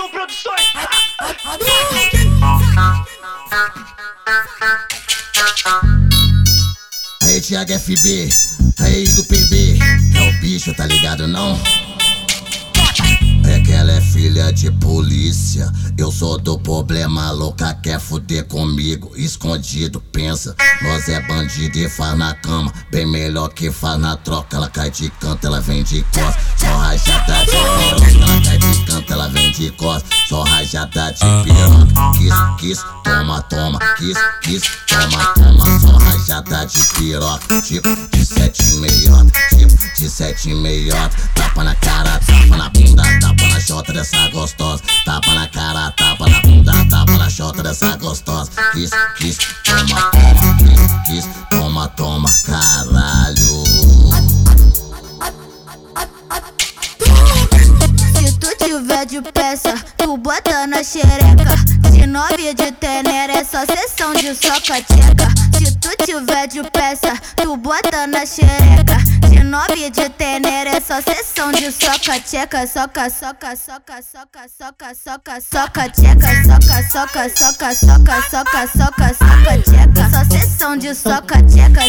Edson Produções. Aí Thiago FB, aí do PB, é o bicho, tá ligado não? É que ela é filha de polícia, eu sou do problema, louca quer fuder comigo, escondido pensa, nós é bandido e faz na cama, bem melhor que faz na troca, ela cai de canto, ela vem de costas, só rajada de piroca, ela cai de canto, ela vem de costas, só rajada de piroca, kiss, toma, toma, só rajada de piroca, tipo de 7 meiota, tipo de 7 meiota, tapa na cara, tapa na bunda, tapa na chota dessa gostosa, tapa na cara, tapa na bunda, tapa na chota dessa gostosa, kiss, toma, caralho. Se tu tiver de peça, tu bota na xereca. De 9 de tenera é só sessão de soca-tcheca. Se tu tiver de peça, tu bota na xereca. De 9 de tenera é só sessão de soca-tcheca. Soca, tcheca. Só sessão de soca-tcheca.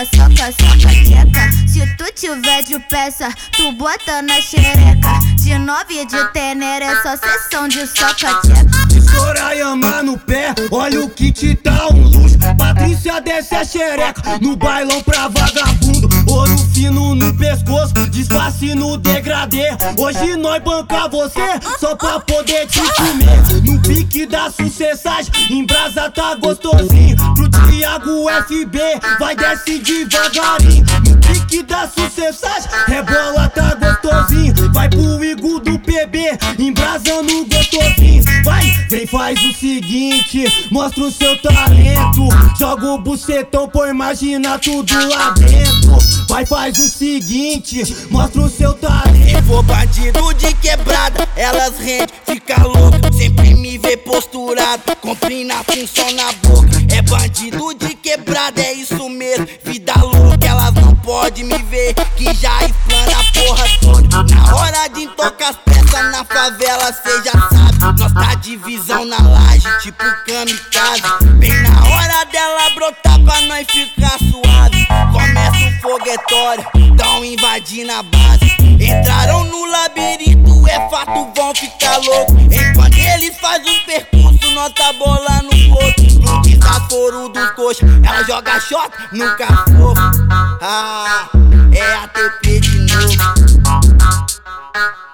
Se tu tiver de peça, tu bota na xereca. De 9 de tenera é só sessão de soca-tcheca. De Sorayama no pé, olha o que te dá um luxo. Patrícia desce a xereca no bailão pra vagabundo. Ouro fino no pescoço, disfarce no degradê. Hoje nós banca você só pra poder te comer. No pique da sucessagem, em brasa tá gostosinho. Pro Thiago FB, vai desce devagarinho. No pique da sucessagem, rebola tá gostosinho. Vai pro Igor do PB, embrasando gostosinho. Vai, vem faz o seguinte, mostra o seu talento. Joga o bucetão, pô, imagina tudo lá dentro. Vai, faz o seguinte, mostra o seu talento. Se for bandido de quebrada, elas rende, fica louco. Sempre me vê posturado, comprina função na boca. É bandido de quebrada, é isso mesmo, vida louca. Elas não podem me ver, que já explana a porra toda. Na hora de tocar as peças na favela, cê já sabe. Nós tá divisão na laje, tipo kamikaze. Bem na hora dela brotar pra nós ficar suave. Começa o foguetório, tão invadindo a base. Entraram no labirinto, é fato, vão ficar louco. Enquanto eles fazem um percurso, nós tá bolando o outro. No desaforo dos coxas, ela joga shot, nunca fofo. Ah, é ATP de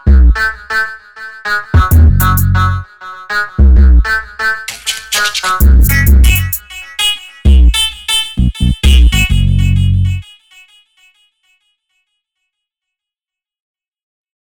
novo.